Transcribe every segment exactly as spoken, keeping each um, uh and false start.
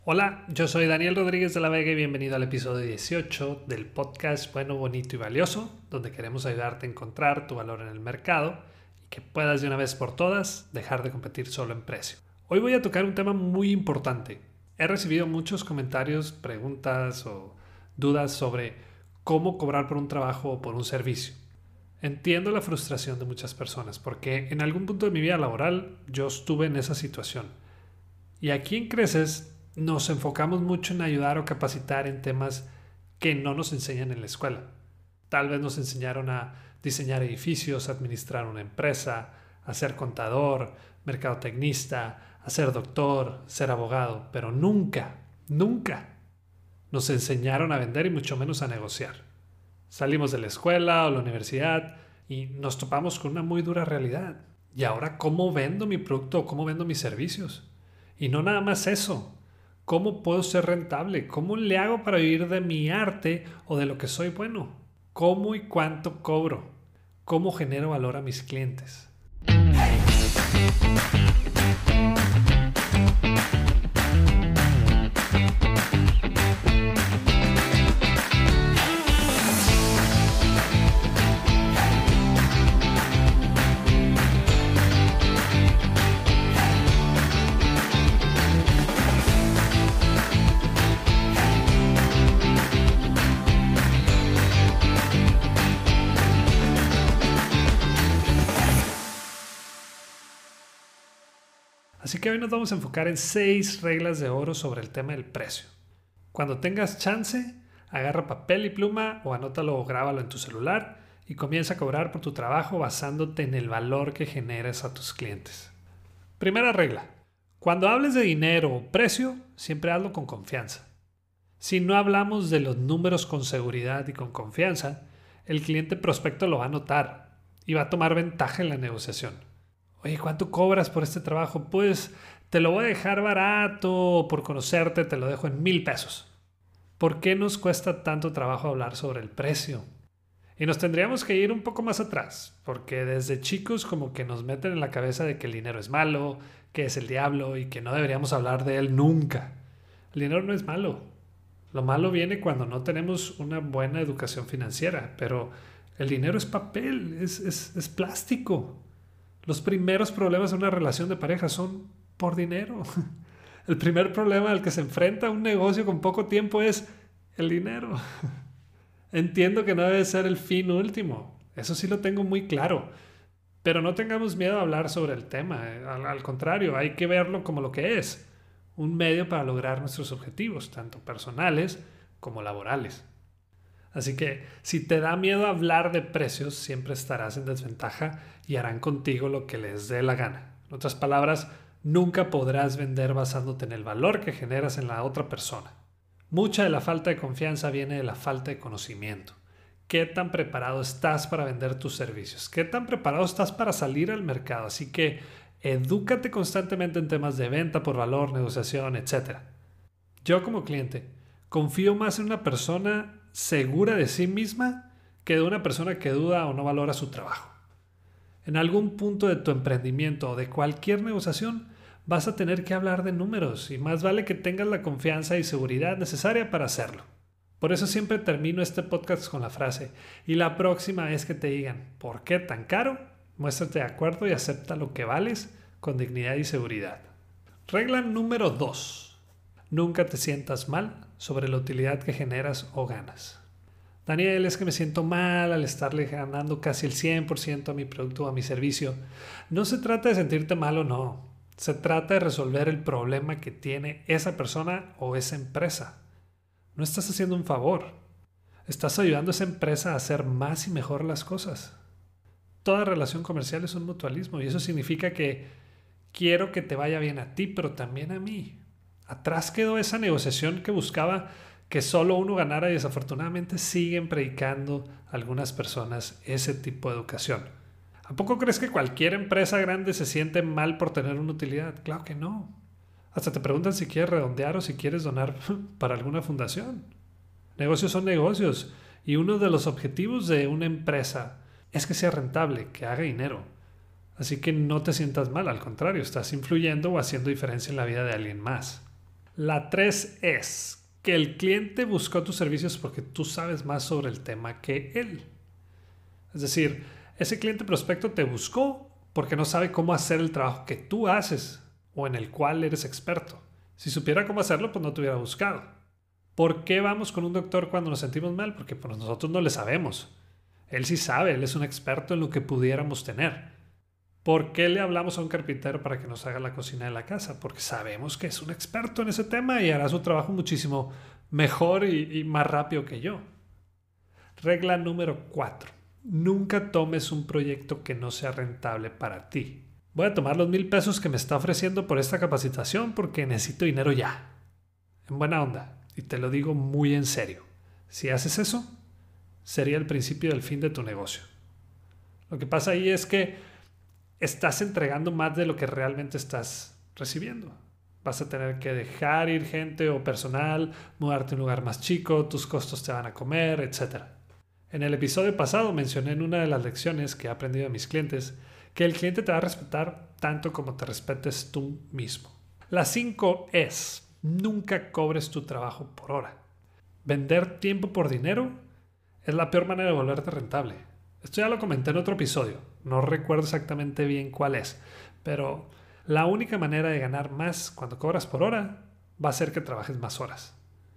Hola, yo soy Daniel Rodríguez de la Vega y bienvenido al episodio dieciocho del podcast Bueno, Bonito y Valioso, donde queremos ayudarte a encontrar tu valor en el mercado y que puedas de una vez por todas dejar de competir solo en precio. Hoy voy a tocar un tema muy importante. He recibido muchos comentarios, preguntas o dudas sobre cómo cobrar por un trabajo o por un servicio. Entiendo la frustración de muchas personas porque en algún punto de mi vida laboral yo estuve en esa situación. Y aquí en Creces nos enfocamos mucho en ayudar o capacitar en temas que no nos enseñan en la escuela. Tal vez nos enseñaron a diseñar edificios, administrar una empresa, a ser contador, mercadotecnista, a ser doctor, ser abogado, pero nunca, nunca nos enseñaron a vender y mucho menos a negociar. Salimos de la escuela o la universidad y nos topamos con una muy dura realidad. ¿Y ahora cómo vendo mi producto o cómo vendo mis servicios? Y no nada más eso. ¿Cómo puedo ser rentable? ¿Cómo le hago para vivir de mi arte o de lo que soy bueno? ¿Cómo y cuánto cobro? ¿Cómo genero valor a mis clientes? Así que hoy nos vamos a enfocar en seis reglas de oro sobre el tema del precio. Cuando tengas chance, agarra papel y pluma o anótalo o grábalo en tu celular y comienza a cobrar por tu trabajo basándote en el valor que generes a tus clientes. Primera regla. Cuando hables de dinero o precio, siempre hazlo con confianza. Si no hablamos de los números con seguridad y con confianza, el cliente prospecto lo va a notar y va a tomar ventaja en la negociación. Oye, ¿cuánto cobras por este trabajo? Pues te lo voy a dejar barato, por conocerte te lo dejo en mil pesos. ¿Por qué nos cuesta tanto trabajo hablar sobre el precio? Y nos tendríamos que ir un poco más atrás, porque desde chicos como que nos meten en la cabeza de que el dinero es malo, que es el diablo y que no deberíamos hablar de él nunca. El dinero no es malo. Lo malo viene cuando no tenemos una buena educación financiera, pero el dinero es papel, es, es, es plástico. Los primeros problemas de una relación de pareja son por dinero. El primer problema al que se enfrenta un negocio con poco tiempo es el dinero. Entiendo que no debe ser el fin último. Eso sí lo tengo muy claro. Pero no tengamos miedo a hablar sobre el tema. Al, al contrario, hay que verlo como lo que es. Un medio para lograr nuestros objetivos, tanto personales como laborales. Así que si te da miedo hablar de precios, siempre estarás en desventaja y harán contigo lo que les dé la gana. En otras palabras, nunca podrás vender basándote en el valor que generas en la otra persona. Mucha de la falta de confianza viene de la falta de conocimiento. ¿Qué tan preparado estás para vender tus servicios? ¿Qué tan preparado estás para salir al mercado? Así que edúcate constantemente en temas de venta por valor, negociación, etcétera. Yo como cliente confío más en una persona segura de sí misma que de una persona que duda o no valora su trabajo. En algún punto de tu emprendimiento o de cualquier negociación vas a tener que hablar de números y más vale que tengas la confianza y seguridad necesaria para hacerlo. Por eso siempre termino este podcast con la frase: y la próxima vez que te digan ¿por qué tan caro? Muéstrate de acuerdo y acepta lo que vales con dignidad y seguridad. Regla número dos. Nunca te sientas mal sobre la utilidad que generas o ganas. Daniel, es que me siento mal al estarle ganando casi el cien por ciento a mi producto o a mi servicio. No se trata de sentirte mal o no. Se trata de resolver el problema que tiene esa persona o esa empresa. No estás haciendo un favor. Estás ayudando a esa empresa a hacer más y mejor las cosas. Toda relación comercial es un mutualismo y eso significa que quiero que te vaya bien a ti, pero también a mí. Atrás quedó esa negociación que buscaba que solo uno ganara y desafortunadamente siguen predicando algunas personas ese tipo de educación. ¿A poco crees que cualquier empresa grande se siente mal por tener una utilidad? Claro que no. Hasta te preguntan si quieres redondear o si quieres donar para alguna fundación. Negocios son negocios y uno de los objetivos de una empresa es que sea rentable, que haga dinero. Así que no te sientas mal, al contrario, estás influyendo o haciendo diferencia en la vida de alguien más. La tres es que el cliente buscó tus servicios porque tú sabes más sobre el tema que él. Es decir, ese cliente prospecto te buscó porque no sabe cómo hacer el trabajo que tú haces o en el cual eres experto. Si supiera cómo hacerlo, pues no te hubiera buscado. ¿Por qué vamos con un doctor cuando nos sentimos mal? Porque pues nosotros no le sabemos. Él sí sabe, él es un experto en lo que pudiéramos tener. ¿Por qué le hablamos a un carpintero para que nos haga la cocina de la casa? Porque sabemos que es un experto en ese tema y hará su trabajo muchísimo mejor y, y más rápido que yo. Regla número cuatro. Nunca tomes un proyecto que no sea rentable para ti. Voy a tomar los mil pesos que me está ofreciendo por esta capacitación porque necesito dinero ya. En buena onda. Y te lo digo muy en serio. Si haces eso, sería el principio del fin de tu negocio. Lo que pasa ahí es que estás entregando más de lo que realmente estás recibiendo. Vas a tener que dejar ir gente o personal, mudarte a un lugar más chico, tus costos te van a comer, etcétera. En el episodio pasado mencioné en una de las lecciones que he aprendido de mis clientes que el cliente te va a respetar tanto como te respetes tú mismo. La cinco es, nunca cobres tu trabajo por hora. Vender tiempo por dinero es la peor manera de volverte rentable. Esto ya lo comenté en otro episodio, no recuerdo exactamente bien cuál es, pero la única manera de ganar más cuando cobras por hora va a ser que trabajes más horas.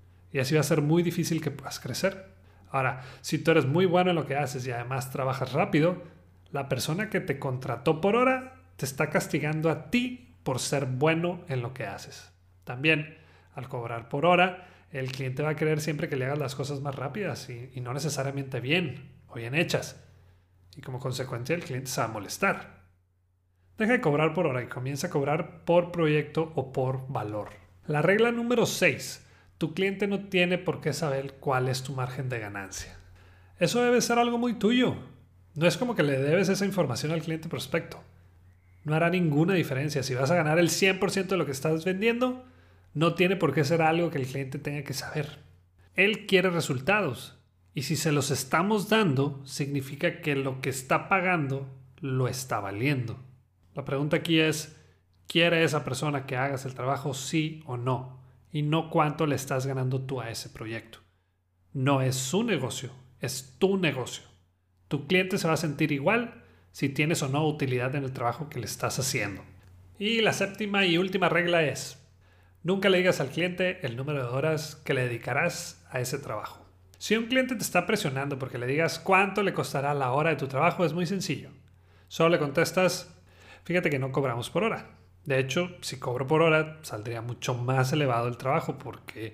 Y así va a ser muy difícil que puedas crecer. Ahora, si tú eres muy bueno en lo que haces y además trabajas rápido, la persona que te contrató por hora te está castigando a ti por ser bueno en lo que haces. También, al cobrar por hora, el cliente va a querer siempre que le hagas las cosas más rápidas y, y no necesariamente bien o bien hechas. Y como consecuencia el cliente se va a molestar. Deja de cobrar por hora y comienza a cobrar por proyecto o por valor. La regla número seis. Tu cliente no tiene por qué saber cuál es tu margen de ganancia. Eso debe ser algo muy tuyo. No es como que le debes esa información al cliente prospecto. No hará ninguna diferencia. Si vas a ganar el cien por ciento de lo que estás vendiendo, no tiene por qué ser algo que el cliente tenga que saber. Él quiere resultados. Y si se los estamos dando, significa que lo que está pagando lo está valiendo. La pregunta aquí es, ¿quiere esa persona que hagas el trabajo sí o no? Y no cuánto le estás ganando tú a ese proyecto. No es su negocio, es tu negocio. Tu cliente se va a sentir igual si tienes o no utilidad en el trabajo que le estás haciendo. Y la séptima y última regla es, nunca le digas al cliente el número de horas que le dedicarás a ese trabajo. Si un cliente te está presionando porque le digas cuánto le costará la hora de tu trabajo, es muy sencillo. Solo le contestas, fíjate que no cobramos por hora. De hecho, si cobro por hora, saldría mucho más elevado el trabajo porque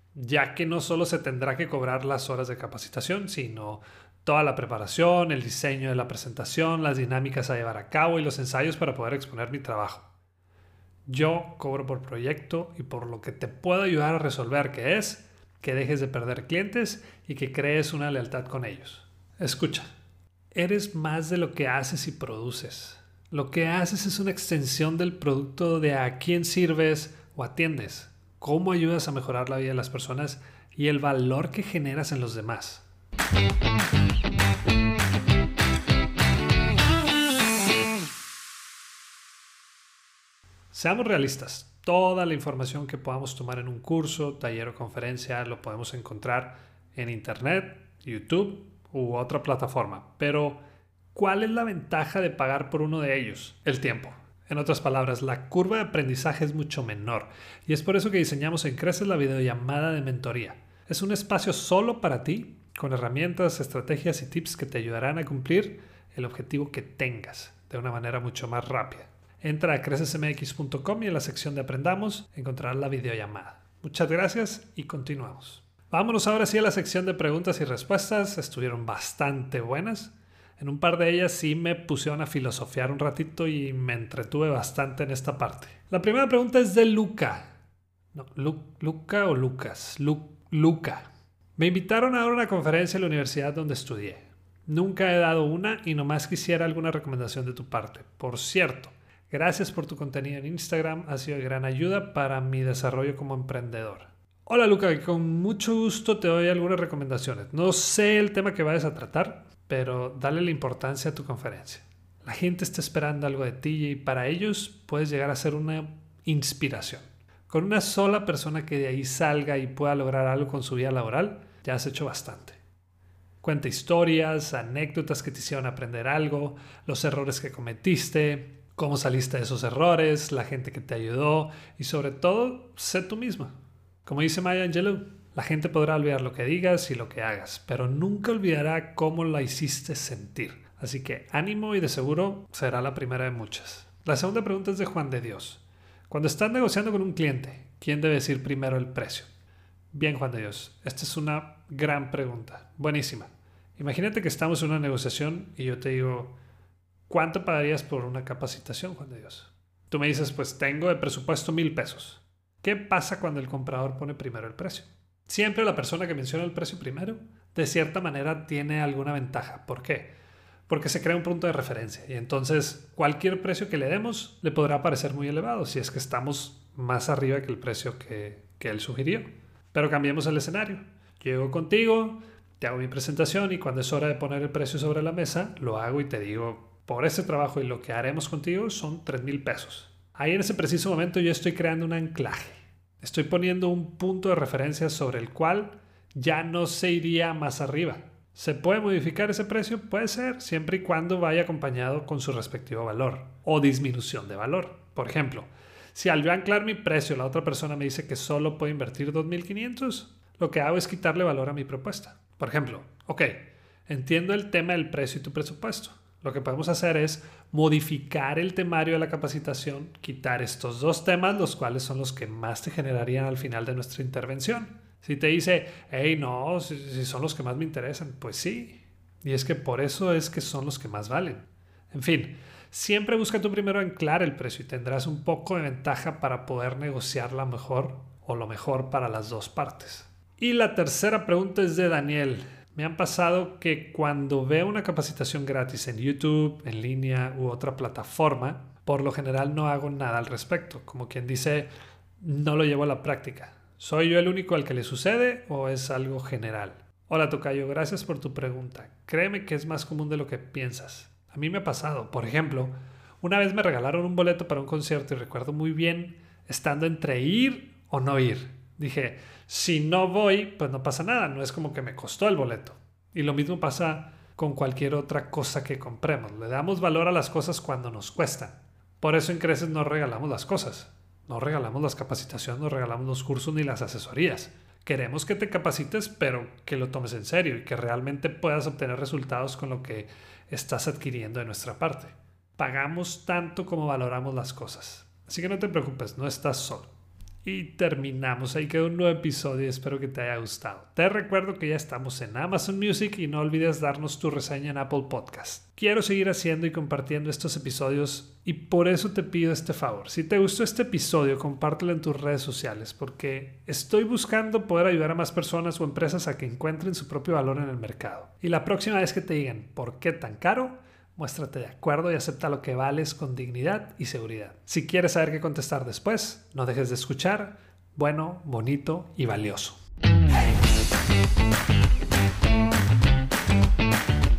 ya que no solo se tendrá que cobrar las horas de capacitación, sino toda la preparación, el diseño de la presentación, las dinámicas a llevar a cabo y los ensayos para poder exponer mi trabajo. Yo cobro por proyecto y por lo que te puedo ayudar a resolver, que es que dejes de perder clientes y que crees una lealtad con ellos. Escucha, eres más de lo que haces y produces. Lo que haces es una extensión del producto de a quién sirves o atiendes, cómo ayudas a mejorar la vida de las personas y el valor que generas en los demás. Seamos realistas. Toda la información que podamos tomar en un curso, taller o conferencia lo podemos encontrar en Internet, YouTube u otra plataforma. Pero, ¿cuál es la ventaja de pagar por uno de ellos? El tiempo. En otras palabras, la curva de aprendizaje es mucho menor. Y es por eso que diseñamos en Creces la videollamada de mentoría. Es un espacio solo para ti, con herramientas, estrategias y tips que te ayudarán a cumplir el objetivo que tengas de una manera mucho más rápida. Entra a creces m x punto com y en la sección de Aprendamos encontrarás la videollamada. Muchas gracias y continuamos. Vámonos ahora sí a la sección de preguntas y respuestas. Estuvieron bastante buenas. En un par de ellas sí me pusieron a filosofiar un ratito y me entretuve bastante en esta parte. La primera pregunta es de Luca. No, Lu, Luca o Lucas. Lu, Luca. Me invitaron a dar una conferencia en la universidad donde estudié. Nunca he dado una y nomás quisiera alguna recomendación de tu parte. Por cierto, gracias por tu contenido en Instagram, ha sido de gran ayuda para mi desarrollo como emprendedor. Hola Luca, con mucho gusto te doy algunas recomendaciones. No sé el tema que vayas a tratar, pero dale la importancia a tu conferencia. La gente está esperando algo de ti y para ellos puedes llegar a ser una inspiración. Con una sola persona que de ahí salga y pueda lograr algo con su vida laboral, ya has hecho bastante. Cuenta historias, anécdotas que te hicieron aprender algo, los errores que cometiste, cómo saliste de esos errores, la gente que te ayudó y sobre todo, sé tú misma. Como dice Maya Angelou, la gente podrá olvidar lo que digas y lo que hagas, pero nunca olvidará cómo la hiciste sentir. Así que ánimo y de seguro será la primera de muchas. La segunda pregunta es de Juan de Dios. Cuando estás negociando con un cliente, ¿quién debe decir primero el precio? Bien, Juan de Dios, esta es una gran pregunta. Buenísima. Imagínate que estamos en una negociación y yo te digo, ¿cuánto pagarías por una capacitación, Juan de Dios? Tú me dices, pues tengo de presupuesto mil pesos. ¿Qué pasa cuando el comprador pone primero el precio? Siempre la persona que menciona el precio primero, de cierta manera, tiene alguna ventaja. ¿Por qué? Porque se crea un punto de referencia y entonces cualquier precio que le demos le podrá parecer muy elevado si es que estamos más arriba que el precio que, que él sugirió. Pero cambiemos el escenario. Llego contigo, te hago mi presentación y cuando es hora de poner el precio sobre la mesa, lo hago y te digo, por este trabajo y lo que haremos contigo son tres mil pesos. Ahí en ese preciso momento yo estoy creando un anclaje. Estoy poniendo un punto de referencia sobre el cual ya no se iría más arriba. ¿Se puede modificar ese precio? Puede ser, siempre y cuando vaya acompañado con su respectivo valor o disminución de valor. Por ejemplo, si al yo anclar mi precio la otra persona me dice que solo puede invertir dos mil quinientos, lo que hago es quitarle valor a mi propuesta. Por ejemplo, ok, entiendo el tema del precio y tu presupuesto. Lo que podemos hacer es modificar el temario de la capacitación, quitar estos dos temas, los cuales son los que más te generarían al final de nuestra intervención. Si te dice, hey, no, si, si son los que más me interesan, pues sí. Y es que por eso es que son los que más valen. En fin, siempre busca tú primero anclar el precio y tendrás un poco de ventaja para poder negociar la mejor o lo mejor para las dos partes. Y la tercera pregunta es de Daniel. Me han pasado que cuando veo una capacitación gratis en YouTube, en línea u otra plataforma, por lo general no hago nada al respecto. Como quien dice, no lo llevo a la práctica. ¿Soy yo el único al que le sucede o es algo general? Hola tocayo, gracias por tu pregunta. Créeme que es más común de lo que piensas. A mí me ha pasado. Por ejemplo, una vez me regalaron un boleto para un concierto y recuerdo muy bien estando entre ir o no ir. Dije, si no voy, pues no pasa nada, no es como que me costó el boleto. Y lo mismo pasa con cualquier otra cosa que compremos. Le damos valor a las cosas cuando nos cuestan. Por eso en Creces no regalamos las cosas. No regalamos las capacitaciones, no regalamos los cursos ni las asesorías. Queremos que te capacites, pero que lo tomes en serio y que realmente puedas obtener resultados con lo que estás adquiriendo de nuestra parte. Pagamos tanto como valoramos las cosas. Así que no te preocupes, no estás solo. Y terminamos. Ahí quedó un nuevo episodio y espero que te haya gustado. Te recuerdo que ya estamos en Amazon Music y no olvides darnos tu reseña en Apple Podcast. Quiero seguir haciendo y compartiendo estos episodios y por eso te pido este favor. Si te gustó este episodio, compártelo en tus redes sociales porque estoy buscando poder ayudar a más personas o empresas a que encuentren su propio valor en el mercado. Y la próxima vez que te digan ¿por qué tan caro?, muéstrate de acuerdo y acepta lo que vales con dignidad y seguridad. Si quieres saber qué contestar después, no dejes de escuchar. Bueno, bonito y valioso.